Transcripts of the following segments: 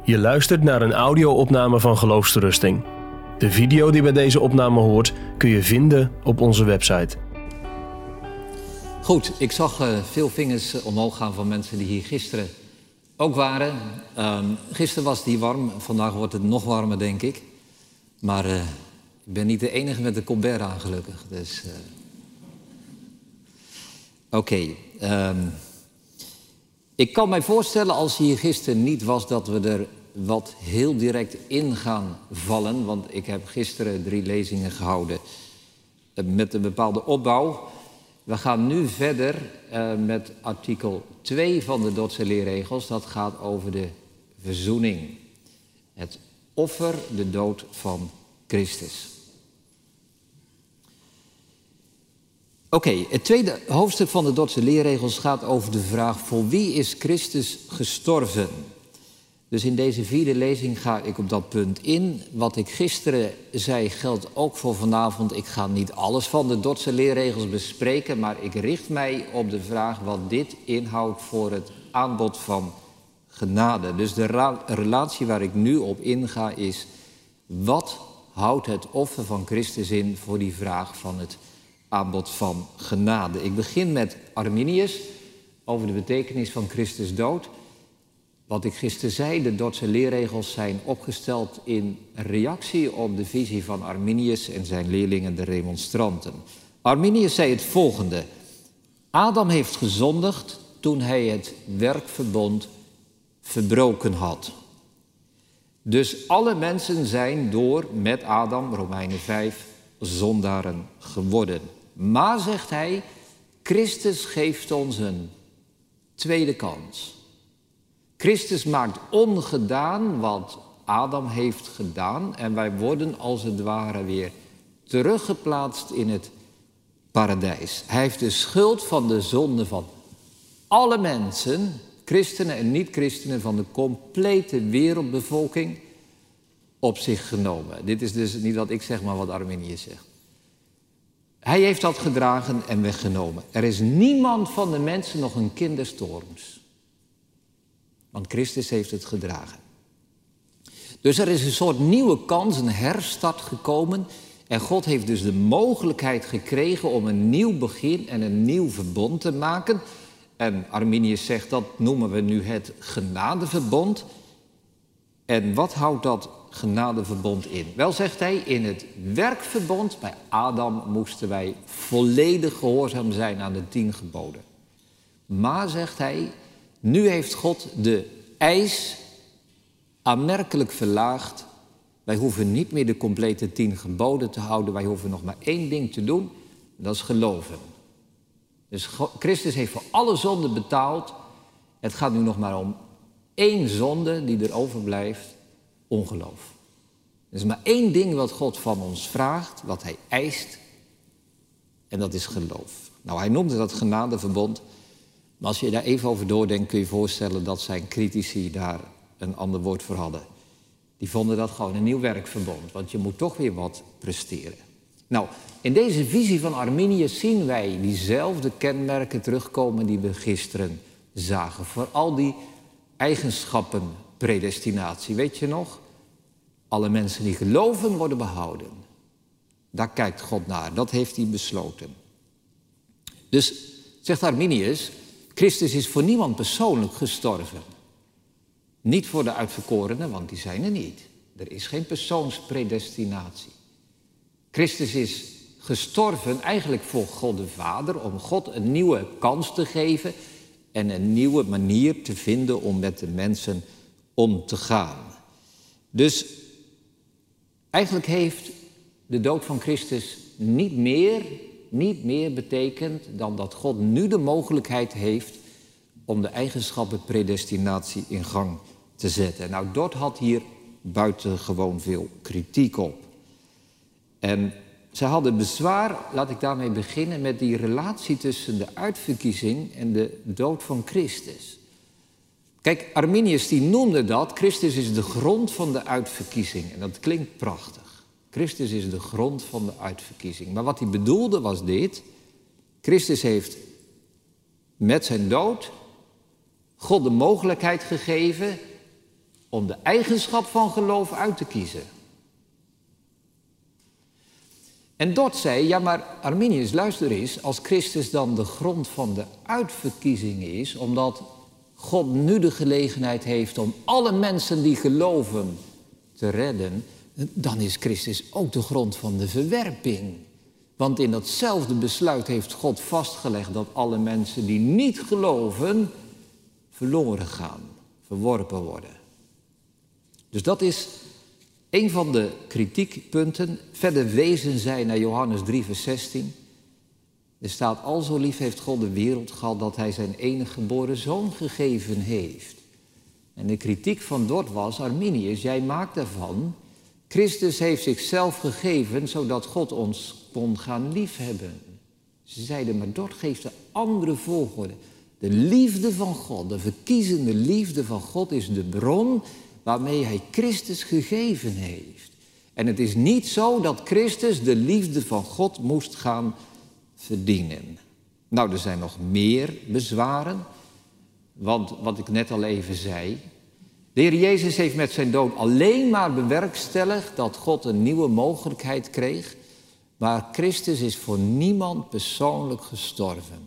Je luistert naar een audio-opname van Geloofsterusting. De video die bij deze opname hoort kun je vinden op onze website. Goed, ik zag veel vingers omhoog gaan van mensen die hier gisteren ook waren. Gisteren was het hier warm, vandaag wordt het nog warmer, denk ik. Maar ik ben niet de enige met de Colbert aan, gelukkig. Dus, Oké. Ik kan mij voorstellen, als je hier gisteren niet was, dat we er wat heel direct in gaan vallen. Want ik heb gisteren 3 lezingen gehouden met een bepaalde opbouw. We gaan nu verder met artikel 2 van de Dordtse leerregels. Dat gaat over de verzoening. Het offer, de dood van Christus. Oké, het tweede hoofdstuk van de Dordtse leerregels gaat over de vraag: voor wie is Christus gestorven? Dus in deze 4e lezing ga ik op dat punt in. Wat ik gisteren zei geldt ook voor vanavond. Ik ga niet alles van de Dordtse leerregels bespreken, maar ik richt mij op de vraag wat dit inhoudt voor het aanbod van genade. Dus de relatie waar ik nu op inga is: wat houdt het offer van Christus in voor die vraag van het aanbod van genade? Ik begin met Arminius over de betekenis van Christus dood. Wat ik gisteren zei, de Dordtse leerregels zijn opgesteld in reactie op de visie van Arminius en zijn leerlingen, de remonstranten. Arminius zei het volgende: Adam heeft gezondigd toen hij het werkverbond verbroken had. Dus alle mensen zijn door met Adam, Romeinen 5, zondaren geworden. Maar, zegt hij, Christus geeft ons een tweede kans. Christus maakt ongedaan wat Adam heeft gedaan en wij worden als het ware weer teruggeplaatst in het paradijs. Hij heeft de schuld van de zonde van alle mensen, christenen en niet-christenen, van de complete wereldbevolking op zich genomen. Dit is dus niet wat ik zeg, maar wat Arminius zegt. Hij heeft dat gedragen en weggenomen. Er is niemand van de mensen nog een kind des toorns. Want Christus heeft het gedragen. Dus er is een soort nieuwe kans, een herstart gekomen. En God heeft dus de mogelijkheid gekregen om een nieuw begin en een nieuw verbond te maken. En Arminius zegt, dat noemen we nu het genadeverbond. En wat houdt dat genadeverbond in? Wel, zegt hij, in het werkverbond bij Adam moesten wij volledig gehoorzaam zijn aan de 10 geboden. Maar, zegt hij, nu heeft God de eis aanmerkelijk verlaagd. Wij hoeven niet meer de complete 10 geboden te houden. Wij hoeven nog maar 1 ding te doen, dat is geloven. Dus Christus heeft voor alle zonden betaald. Het gaat nu nog maar om 1 zonde die er overblijft: ongeloof. Er is maar 1 ding wat God van ons vraagt, wat hij eist, en dat is geloof. Nou, hij noemde dat genadeverbond. Maar als je daar even over doordenkt, kun je je voorstellen dat zijn critici daar een ander woord voor hadden. Die vonden dat gewoon een nieuw werkverbond, want je moet toch weer wat presteren. Nou, in deze visie van Arminius zien wij diezelfde kenmerken terugkomen die we gisteren zagen. Vooral die eigenschappen predestinatie, weet je nog? Alle mensen die geloven worden behouden. Daar kijkt God naar, dat heeft hij besloten. Dus, zegt Arminius, Christus is voor niemand persoonlijk gestorven. Niet voor de uitverkorenen, want die zijn er niet. Er is geen persoonspredestinatie. Christus is gestorven eigenlijk voor God de Vader, om God een nieuwe kans te geven en een nieuwe manier te vinden om met de mensen om te gaan. Dus eigenlijk heeft de dood van Christus niet meer betekent dan dat God nu de mogelijkheid heeft om de eigenschappen predestinatie in gang te zetten. Nou, Dort had hier buitengewoon veel kritiek op. En ze hadden bezwaar, laat ik daarmee beginnen, met die relatie tussen de uitverkiezing en de dood van Christus. Kijk, Arminius die noemde dat, Christus is de grond van de uitverkiezing. En dat klinkt prachtig. Christus is de grond van de uitverkiezing. Maar wat hij bedoelde was dit: Christus heeft met zijn dood God de mogelijkheid gegeven om de eigenschap van geloof uit te kiezen. En Dort zei, ja maar Arminius, luister eens, als Christus dan de grond van de uitverkiezing is, omdat God nu de gelegenheid heeft om alle mensen die geloven te redden, dan is Christus ook de grond van de verwerping. Want in datzelfde besluit heeft God vastgelegd dat alle mensen die niet geloven verloren gaan, verworpen worden. Dus dat is een van de kritiekpunten. Verder wezen zij naar Johannes 3 vers 16. Er staat, al zo lief heeft God de wereld gehad dat hij zijn enige geboren zoon gegeven heeft. En de kritiek van Dort was, Arminius, jij maakt daarvan, Christus heeft zichzelf gegeven zodat God ons kon gaan liefhebben. Ze zeiden, maar Dort geeft de andere volgorde. De liefde van God, de verkiezende liefde van God is de bron waarmee hij Christus gegeven heeft. En het is niet zo dat Christus de liefde van God moest gaan verdienen. Nou, er zijn nog meer bezwaren. Want wat ik net al even zei, de Heer Jezus heeft met zijn dood alleen maar bewerkstelligd dat God een nieuwe mogelijkheid kreeg. Maar Christus is voor niemand persoonlijk gestorven.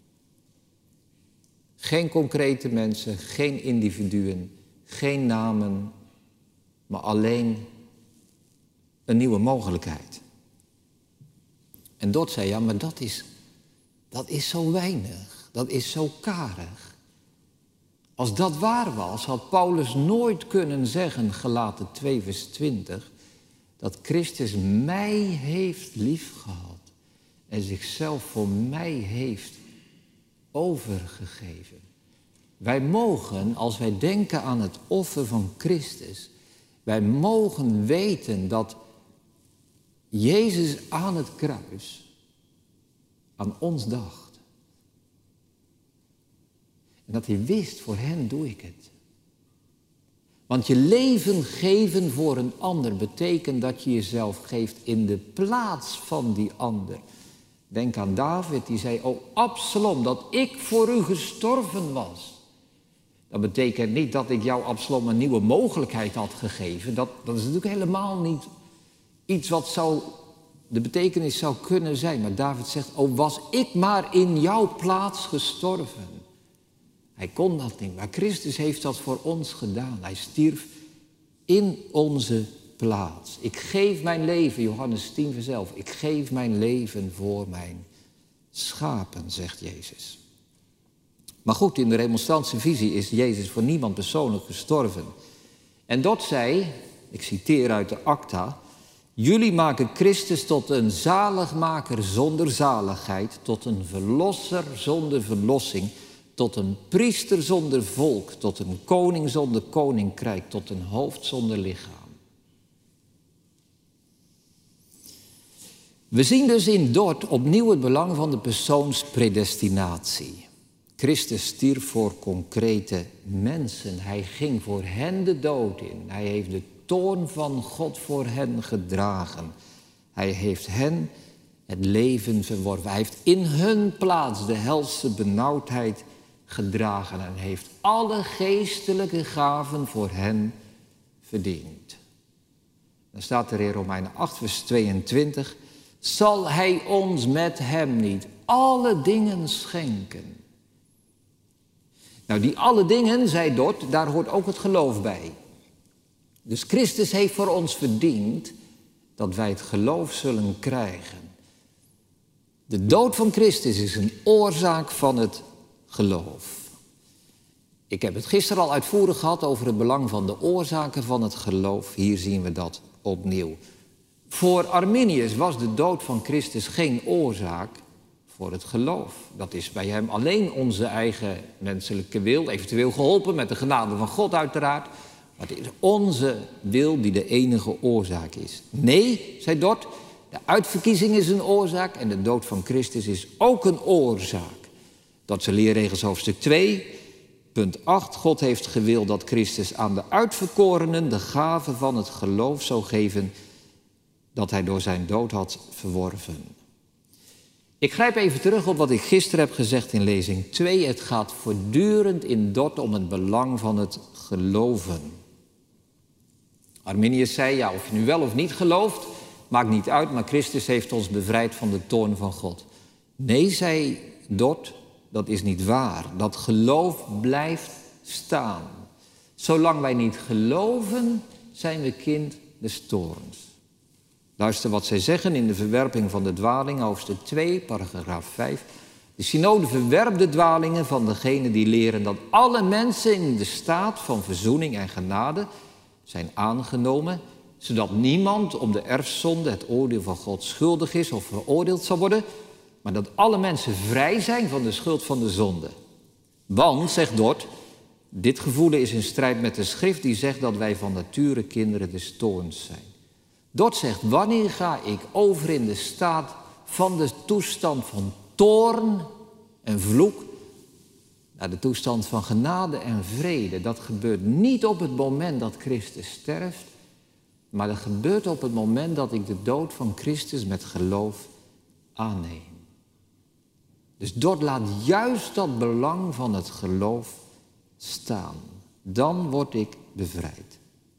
Geen concrete mensen, geen individuen, geen namen, maar alleen een nieuwe mogelijkheid. En Dort zei, ja, maar dat is zo weinig, dat is zo karig. Als dat waar was, had Paulus nooit kunnen zeggen, Galaten 2 vers 20, dat Christus mij heeft liefgehad en zichzelf voor mij heeft overgegeven. Wij mogen, als wij denken aan het offer van Christus, wij mogen weten dat Jezus aan het kruis aan ons dacht. En dat hij wist, voor hen doe ik het. Want je leven geven voor een ander betekent dat je jezelf geeft in de plaats van die ander. Denk aan David, die zei, o Absalom, dat ik voor u gestorven was. Dat betekent niet dat ik jou, Absalom, een nieuwe mogelijkheid had gegeven. Dat is natuurlijk helemaal niet iets wat de betekenis zou kunnen zijn. Maar David zegt, o was ik maar in jouw plaats gestorven. Hij kon dat niet, maar Christus heeft dat voor ons gedaan. Hij stierf in onze plaats. Ik geef mijn leven, Johannes 10 vers 11. Ik geef mijn leven voor mijn schapen, zegt Jezus. Maar goed, in de remonstrantse visie is Jezus voor niemand persoonlijk gestorven. En Dort zei, ik citeer uit de Acta, jullie maken Christus tot een zaligmaker zonder zaligheid, tot een verlosser zonder verlossing, tot een priester zonder volk, tot een koning zonder koninkrijk, tot een hoofd zonder lichaam. We zien dus in Dort opnieuw het belang van de persoonspredestinatie. Christus stierf voor concrete mensen. Hij ging voor hen de dood in. Hij heeft de toorn van God voor hen gedragen. Hij heeft hen het leven verworven. Hij heeft in hun plaats de helse benauwdheid gedragen en heeft alle geestelijke gaven voor hen verdiend. Dan staat er in Romeinen 8 vers 22, zal hij ons met hem niet alle dingen schenken? Nou, die alle dingen, zei Dort, daar hoort ook het geloof bij. Dus Christus heeft voor ons verdiend dat wij het geloof zullen krijgen. De dood van Christus is een oorzaak van het geloof. Ik heb het gisteren al uitvoerig gehad over het belang van de oorzaken van het geloof. Hier zien we dat opnieuw. Voor Arminius was de dood van Christus geen oorzaak voor het geloof. Dat is bij hem alleen onze eigen menselijke wil, eventueel geholpen met de genade van God uiteraard. Maar het is onze wil die de enige oorzaak is. Nee, zei Dort, de uitverkiezing is een oorzaak en de dood van Christus is ook een oorzaak. Dordtse leerregels hoofdstuk 2, punt 8. God heeft gewild dat Christus aan de uitverkorenen de gave van het geloof zou geven dat hij door zijn dood had verworven. Ik grijp even terug op wat ik gisteren heb gezegd in lezing 2. Het gaat voortdurend in Dort om het belang van het geloven. Arminius zei, ja, of je nu wel of niet gelooft, maakt niet uit, maar Christus heeft ons bevrijd van de toorn van God. Nee, zei Dort, dat is niet waar. Dat geloof blijft staan. Zolang wij niet geloven, zijn we kind des toorns. Luister wat zij zeggen in de verwerping van de dwaling, hoofdstuk 2, paragraaf 5. De synode verwerpt de dwalingen van degenen die leren dat alle mensen in de staat van verzoening en genade zijn aangenomen, zodat niemand om de erfzonde, het oordeel van God, schuldig is of veroordeeld zal worden, maar dat alle mensen vrij zijn van de schuld van de zonde. Want, zegt Dort, dit gevoelen is in strijd met de schrift die zegt dat wij van nature kinderen des toorns zijn. Dort zegt, wanneer ga ik over in de staat van de toestand van toorn en vloek naar de toestand van genade en vrede? Dat gebeurt niet op het moment dat Christus sterft, maar dat gebeurt op het moment dat ik de dood van Christus met geloof aanneem. Dus Dort laat juist dat belang van het geloof staan. Dan word ik bevrijd.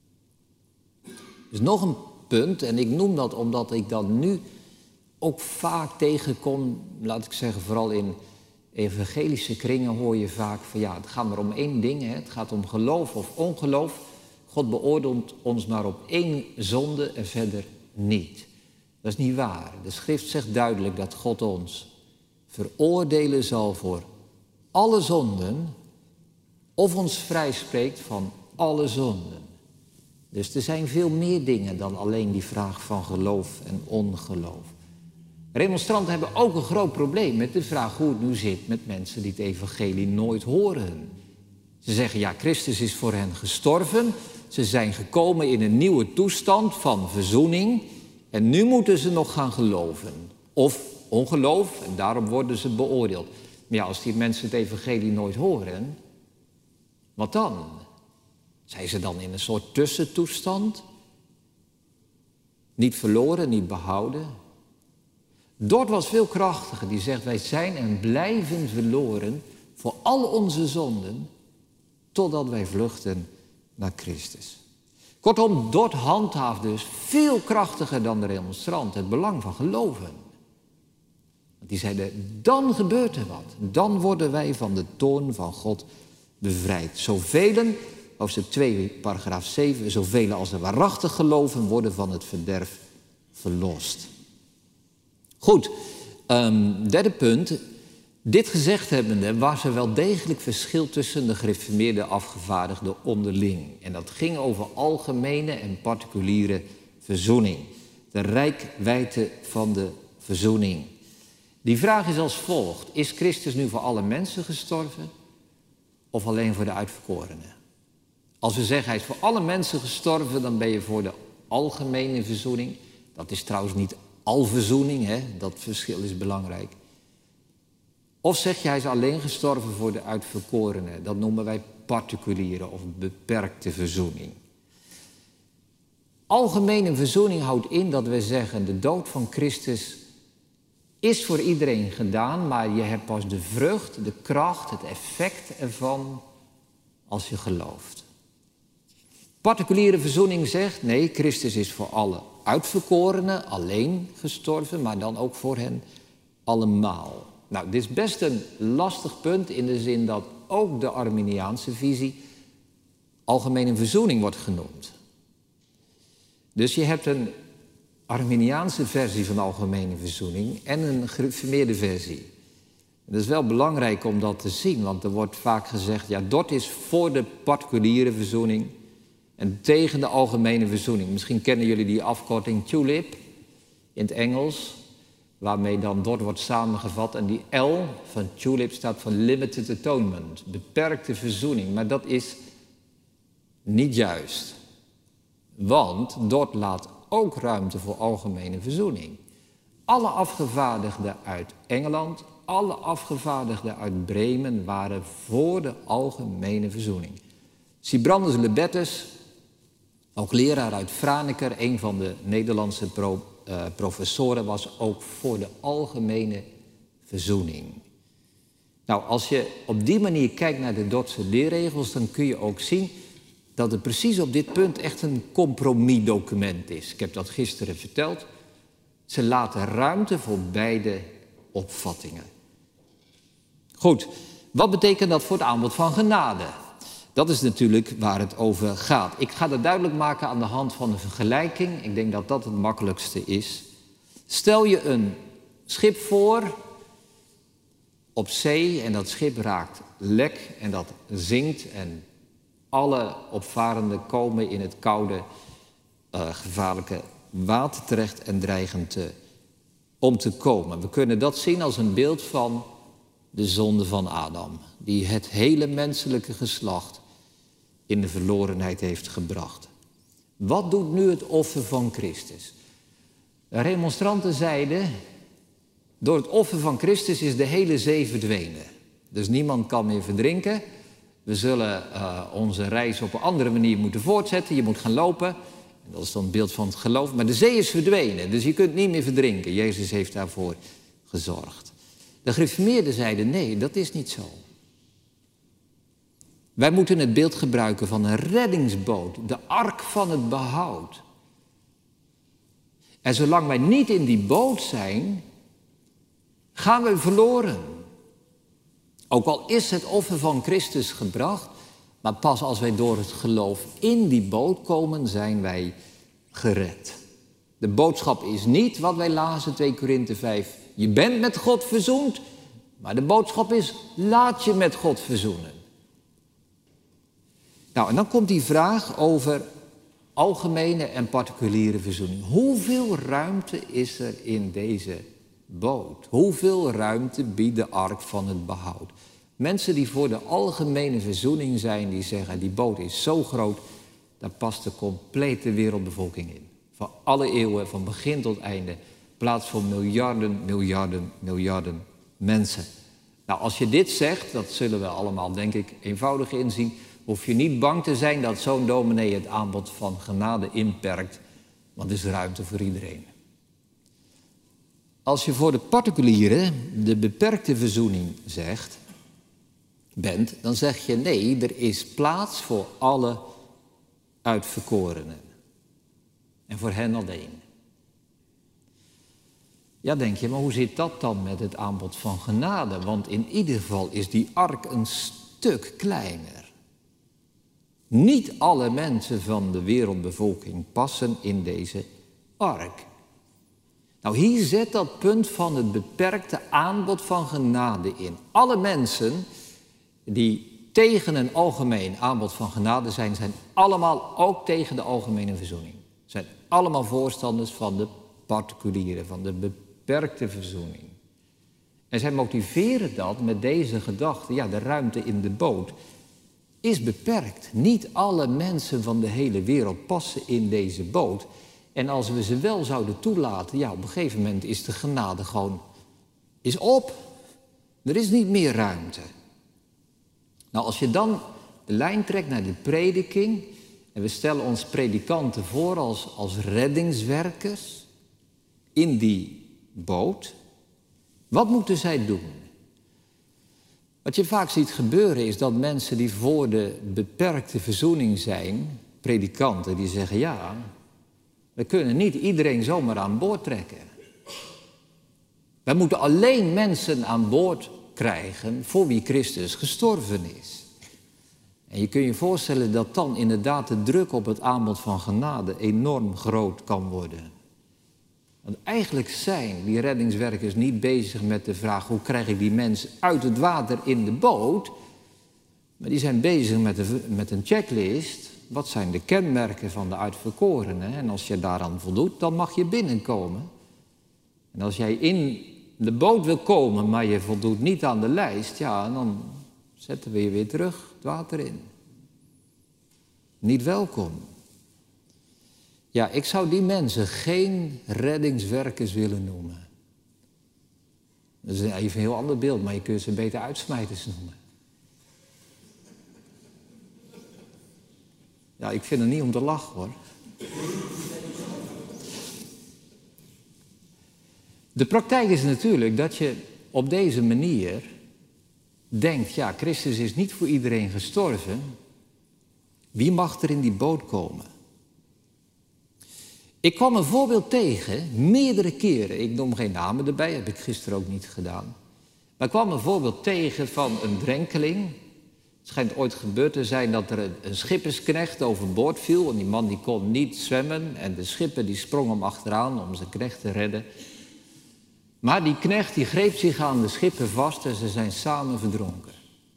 Dus nog een punt, en ik noem dat omdat ik dat nu ook vaak tegenkom, laat ik zeggen, vooral in evangelische kringen hoor je vaak van ja, het gaat maar om één ding, hè? Het gaat om geloof of ongeloof. God beoordeelt ons maar op één zonde en verder niet. Dat is niet waar. De schrift zegt duidelijk dat God ons veroordelen zal voor alle zonden of ons vrijspreekt van alle zonden. Dus er zijn veel meer dingen dan alleen die vraag van geloof en ongeloof. Remonstranten hebben ook een groot probleem met de vraag hoe het nu zit met mensen die het evangelie nooit horen. Ze zeggen, ja, Christus is voor hen gestorven. Ze zijn gekomen in een nieuwe toestand van verzoening. En nu moeten ze nog gaan geloven. Of ongeloof, en daarom worden ze beoordeeld. Maar ja, als die mensen het evangelie nooit horen, wat dan? Zijn ze dan in een soort tussentoestand? Niet verloren, niet behouden? Dort was veel krachtiger. Die zegt, wij zijn en blijven verloren voor al onze zonden, totdat wij vluchten naar Christus. Kortom, Dort handhaaft dus veel krachtiger dan de remonstrant het belang van geloven. Want die zeiden, dan gebeurt er wat. Dan worden wij van de toorn van God bevrijd. Zoveel, hoofdstuk 2, paragraaf 7, zoveel als er waarachtig geloven worden van het verderf verlost. Goed, derde punt. Dit gezegd hebbende was er wel degelijk verschil tussen de gereformeerde afgevaardigden onderling. En dat ging over algemene en particuliere verzoening. De reikwijdte van de verzoening. Die vraag is als volgt. Is Christus nu voor alle mensen gestorven of alleen voor de uitverkorenen? Als we zeggen hij is voor alle mensen gestorven, dan ben je voor de algemene verzoening. Dat is trouwens niet alverzoening, hè? Dat verschil is belangrijk. Of zeg je hij is alleen gestorven voor de uitverkorenen. Dat noemen wij particuliere of beperkte verzoening. Algemene verzoening houdt in dat we zeggen de dood van Christus is voor iedereen gedaan, maar je hebt pas de vrucht, de kracht, het effect ervan als je gelooft. Particuliere verzoening zegt, nee, Christus is voor alle uitverkorenen alleen gestorven, maar dan ook voor hen allemaal. Nou, dit is best een lastig punt in de zin dat ook de Arminiaanse visie algemene verzoening wordt genoemd. Dus je hebt een Arminiaanse versie van de algemene verzoening en een gereformeerde versie. Het is wel belangrijk om dat te zien, want er wordt vaak gezegd, ja, Dort is voor de particuliere verzoening en tegen de algemene verzoening. Misschien kennen jullie die afkorting TULIP in het Engels, waarmee dan Dort wordt samengevat. En die L van TULIP staat voor Limited Atonement, beperkte verzoening. Maar dat is niet juist. Want Dort laat ook ruimte voor algemene verzoening. Alle afgevaardigden uit Engeland, alle afgevaardigden uit Bremen waren voor de algemene verzoening. Sibrandus Lebettes, ook leraar uit Franeker, een van de Nederlandse professoren, was ook voor de algemene verzoening. Nou, als je op die manier kijkt naar de Dordtse leerregels, dan kun je ook zien dat het precies op dit punt echt een compromisdocument is. Ik heb dat gisteren verteld. Ze laten ruimte voor beide opvattingen. Goed, wat betekent dat voor het aanbod van genade? Dat is natuurlijk waar het over gaat. Ik ga dat duidelijk maken aan de hand van een vergelijking. Ik denk dat dat het makkelijkste is. Stel je een schip voor op zee en dat schip raakt lek en dat zinkt en alle opvarenden komen in het koude, gevaarlijke water terecht en dreigen om te komen. We kunnen dat zien als een beeld van de zonde van Adam, die het hele menselijke geslacht in de verlorenheid heeft gebracht. Wat doet nu het offer van Christus? De remonstranten zeiden, door het offer van Christus is de hele zee verdwenen. Dus niemand kan meer verdrinken. We zullen onze reis op een andere manier moeten voortzetten. Je moet gaan lopen. En dat is dan het beeld van het geloof. Maar de zee is verdwenen, dus je kunt niet meer verdrinken. Jezus heeft daarvoor gezorgd. De gereformeerden zeiden, nee, dat is niet zo. Wij moeten het beeld gebruiken van een reddingsboot, de ark van het behoud. En zolang wij niet in die boot zijn, gaan we verloren. Ook al is het offer van Christus gebracht, maar pas als wij door het geloof in die boot komen, zijn wij gered. De boodschap is niet wat wij lazen, 2 Korinthe 5. Je bent met God verzoend, maar de boodschap is, laat je met God verzoenen. Nou, en dan komt die vraag over algemene en particuliere verzoening. Hoeveel ruimte is er in deze boot? Hoeveel ruimte biedt de ark van het behoud? Mensen die voor de algemene verzoening zijn, die zeggen, die boot is zo groot, daar past de complete wereldbevolking in. Van alle eeuwen, van begin tot einde, plaats voor miljarden mensen. Nou, als je dit zegt, dat zullen we allemaal, denk ik, eenvoudig inzien, hoef je niet bang te zijn dat zo'n dominee het aanbod van genade inperkt, want er is ruimte voor iedereen. Als je voor de particuliere, de beperkte verzoening bent, dan zeg je nee, er is plaats voor alle uitverkorenen. En voor hen alleen. Ja, denk je, maar hoe zit dat dan met het aanbod van genade? Want in ieder geval is die ark een stuk kleiner. Niet alle mensen van de wereldbevolking passen in deze ark. Nou, hier zet dat punt van het beperkte aanbod van genade in. Alle mensen die tegen een algemeen aanbod van genade zijn, zijn allemaal ook tegen de algemene verzoening. Zijn allemaal voorstanders van de particuliere, van de beperkte verzoening. En zij motiveren dat met deze gedachte, ja, de ruimte in de boot is beperkt. Niet alle mensen van de hele wereld passen in deze boot. En als we ze wel zouden toelaten, ja, op een gegeven moment is de genade gewoon is op. Er is niet meer ruimte. Nou, als je dan de lijn trekt naar de prediking, en we stellen ons predikanten voor als reddingswerkers in die boot, wat moeten zij doen? Wat je vaak ziet gebeuren is dat mensen die voor de beperkte verzoening zijn, predikanten, die zeggen, ja, we kunnen niet iedereen zomaar aan boord trekken. Wij moeten alleen mensen aan boord krijgen voor wie Christus gestorven is. En je kunt je voorstellen dat dan inderdaad de druk op het aanbod van genade enorm groot kan worden. Want eigenlijk zijn die reddingswerkers niet bezig met de vraag, hoe krijg ik die mensen uit het water in de boot? Maar die zijn bezig met een checklist. Wat zijn de kenmerken van de uitverkorenen? En als je daaraan voldoet, dan mag je binnenkomen. En als jij in de boot wil komen, maar je voldoet niet aan de lijst, ja, dan zetten we je weer terug het water in. Niet welkom. Ja, ik zou die mensen geen reddingswerkers willen noemen. Dat is even een heel ander beeld, maar je kunt ze beter uitsmijters noemen. Ja, ik vind het niet om te lachen, hoor. De praktijk is natuurlijk dat je op deze manier denkt, ja, Christus is niet voor iedereen gestorven. Wie mag er in die boot komen? Ik kwam een voorbeeld tegen, meerdere keren. Ik noem geen namen erbij, heb ik gisteren ook niet gedaan. Maar ik kwam een voorbeeld tegen van een drenkeling. Het schijnt ooit gebeurd te zijn dat er een schippersknecht overboord viel. En die man die kon niet zwemmen. En de schipper die sprong hem achteraan om zijn knecht te redden. Maar die knecht die greep zich aan de schipper vast en ze zijn samen verdronken.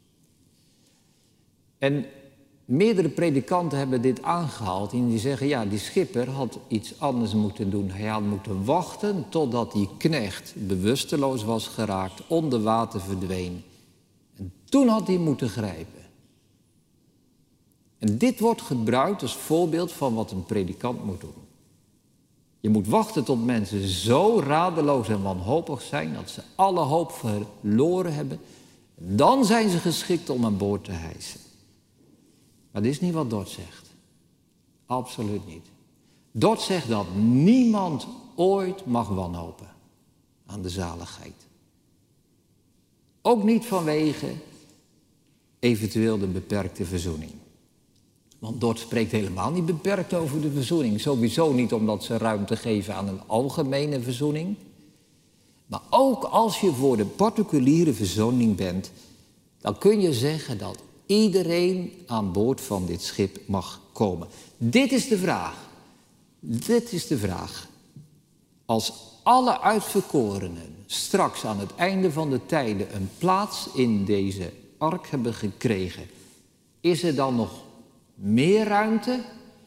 En meerdere predikanten hebben dit aangehaald en die zeggen, ja, die schipper had iets anders moeten doen. Hij had moeten wachten totdat die knecht bewusteloos was geraakt, onder water verdween. En toen had hij moeten grijpen. En dit wordt gebruikt als voorbeeld van wat een predikant moet doen. Je moet wachten tot mensen zo radeloos en wanhopig zijn dat ze alle hoop verloren hebben. Dan zijn ze geschikt om aan boord te hijsen. Maar dit is niet wat Dort zegt. Absoluut niet. Dort zegt dat niemand ooit mag wanhopen aan de zaligheid. Ook niet vanwege eventueel de beperkte verzoening. Want Dort spreekt helemaal niet beperkt over de verzoening. Sowieso niet omdat ze ruimte geven aan een algemene verzoening. Maar ook als je voor de particuliere verzoening bent, dan kun je zeggen dat iedereen aan boord van dit schip mag komen. Dit is de vraag. Dit is de vraag. Als alle uitverkorenen straks aan het einde van de tijden een plaats in deze ark hebben gekregen, is er dan nog meer ruimte?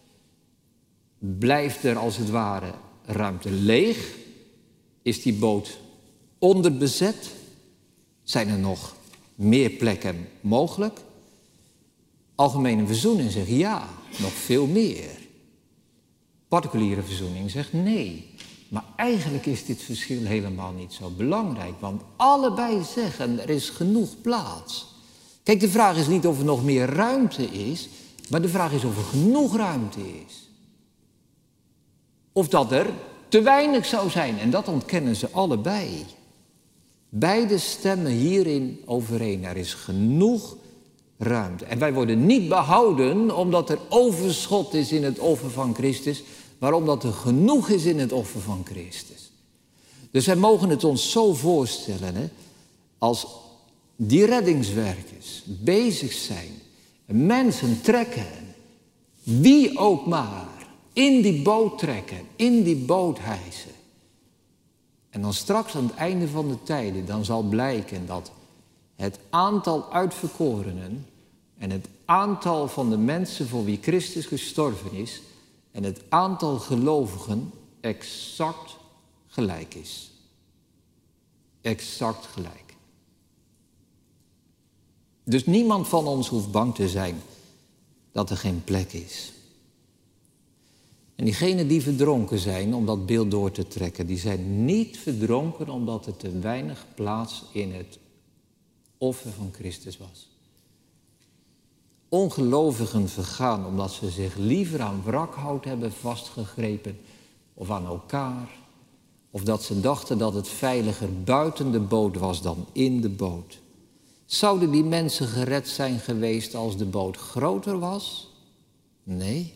Blijft er als het ware ruimte leeg? Is die boot onderbezet? Zijn er nog meer plekken mogelijk? Algemene verzoening zegt ja, nog veel meer. Particuliere verzoening zegt nee. Maar eigenlijk is dit verschil helemaal niet zo belangrijk. Want allebei zeggen er is genoeg plaats. Kijk, de vraag is niet of er nog meer ruimte is, maar de vraag is of er genoeg ruimte is. Of dat er te weinig zou zijn. En dat ontkennen ze allebei. Beide stemmen hierin overeen. Er is genoeg ruimte. En wij worden niet behouden omdat er overschot is in het offer van Christus, maar omdat er genoeg is in het offer van Christus. Dus wij mogen het ons zo voorstellen, hè, als die reddingswerkers bezig zijn, mensen trekken, wie ook maar, in die boot trekken, in die boot hijsen. En dan straks aan het einde van de tijden, dan zal blijken dat het aantal uitverkorenen en het aantal van de mensen voor wie Christus gestorven is en het aantal gelovigen exact gelijk is. Exact gelijk. Dus niemand van ons hoeft bang te zijn dat er geen plek is. En diegenen die verdronken zijn, om dat beeld door te trekken, die zijn niet verdronken omdat er te weinig plaats in het offer van Christus was. Ongelovigen vergaan omdat ze zich liever aan wrakhout hebben vastgegrepen of aan elkaar. Of dat ze dachten dat het veiliger buiten de boot was dan in de boot. Zouden die mensen gered zijn geweest als de boot groter was? Nee.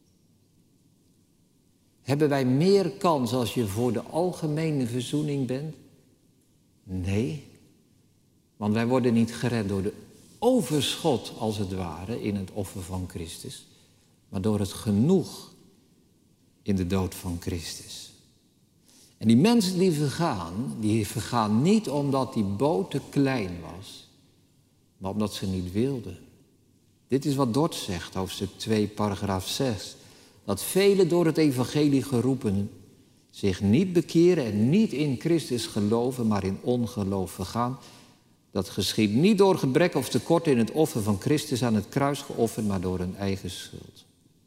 Hebben wij meer kans als je voor de algemene verzoening bent? Nee. Want wij worden niet gered door de overschot, als het ware, in het offer van Christus, maar door het genoeg in de dood van Christus. En die mensen die vergaan niet omdat die boot te klein was, maar omdat ze niet wilden. Dit is wat Dort zegt, hoofdstuk 2, paragraaf 6. Dat velen door het evangelie geroepen zich niet bekeren en niet in Christus geloven, maar in ongeloof vergaan. Dat geschiedt niet door gebrek of tekort in het offer van Christus aan het kruis geofferd, maar door hun eigen schuld.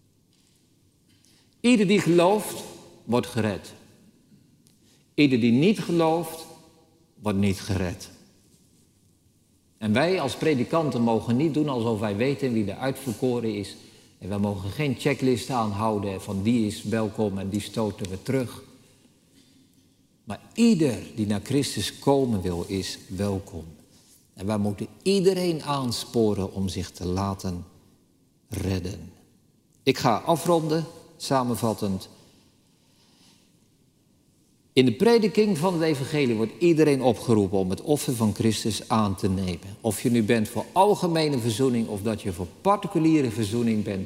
Ieder die gelooft, wordt gered. Ieder die niet gelooft, wordt niet gered. En wij als predikanten mogen niet doen alsof wij weten wie de uitverkoren is. En wij mogen geen checklist aanhouden van die is welkom en die stoten we terug. Maar ieder die naar Christus komen wil, is welkom. En wij moeten iedereen aansporen om zich te laten redden. Ik ga afronden, samenvattend. In de prediking van het evangelie wordt iedereen opgeroepen om het offer van Christus aan te nemen. Of je nu bent voor algemene verzoening of dat je voor particuliere verzoening bent.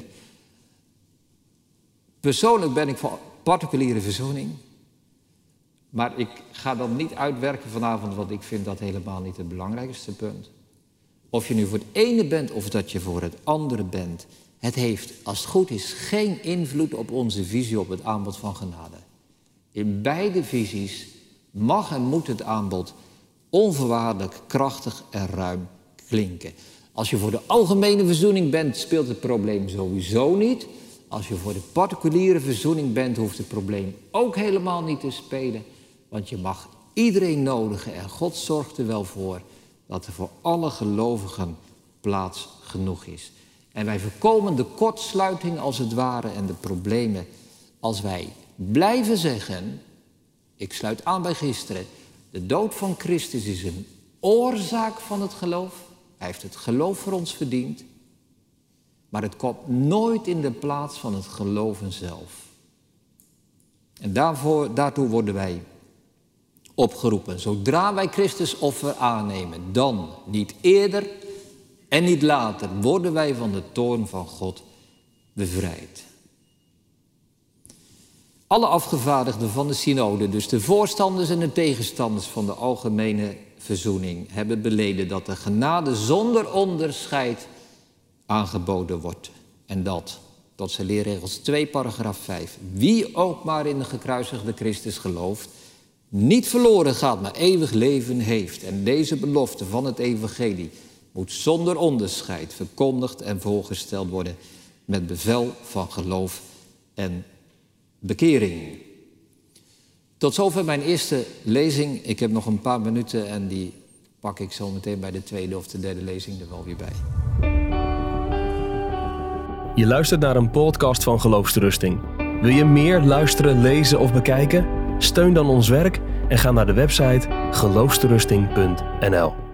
Persoonlijk ben ik voor particuliere verzoening. Maar ik ga dat niet uitwerken vanavond, want ik vind dat helemaal niet het belangrijkste punt. Of je nu voor het ene bent of dat je voor het andere bent. Het heeft, als het goed is, geen invloed op onze visie op het aanbod van genade. In beide visies mag en moet het aanbod onvoorwaardelijk, krachtig en ruim klinken. Als je voor de algemene verzoening bent, speelt het probleem sowieso niet. Als je voor de particuliere verzoening bent, hoeft het probleem ook helemaal niet te spelen. Want je mag iedereen nodigen en God zorgt er wel voor dat er voor alle gelovigen plaats genoeg is. En wij voorkomen de kortsluiting als het ware en de problemen als wij blijven zeggen, ik sluit aan bij gisteren, de dood van Christus is een oorzaak van het geloof. Hij heeft het geloof voor ons verdiend. Maar het komt nooit in de plaats van het geloven zelf. En daartoe worden wij opgeroepen. Zodra wij Christus offer aannemen, dan, niet eerder en niet later, worden wij van de toorn van God bevrijd. Alle afgevaardigden van de synode, dus de voorstanders en de tegenstanders van de algemene verzoening, hebben beleden dat de genade zonder onderscheid aangeboden wordt. En dat, Dordtse leerregels 2, paragraaf 5. Wie ook maar in de gekruisigde Christus gelooft, niet verloren gaat, maar eeuwig leven heeft. En deze belofte van het evangelie moet zonder onderscheid verkondigd en voorgesteld worden met bevel van geloof en bekering. Tot zover mijn eerste lezing. Ik heb nog een paar minuten en die pak ik zo meteen bij de tweede of de derde lezing er wel weer bij. Je luistert naar een podcast van Geloofsterusting. Wil je meer luisteren, lezen of bekijken? Steun dan ons werk en ga naar de website geloofsterusting.nl.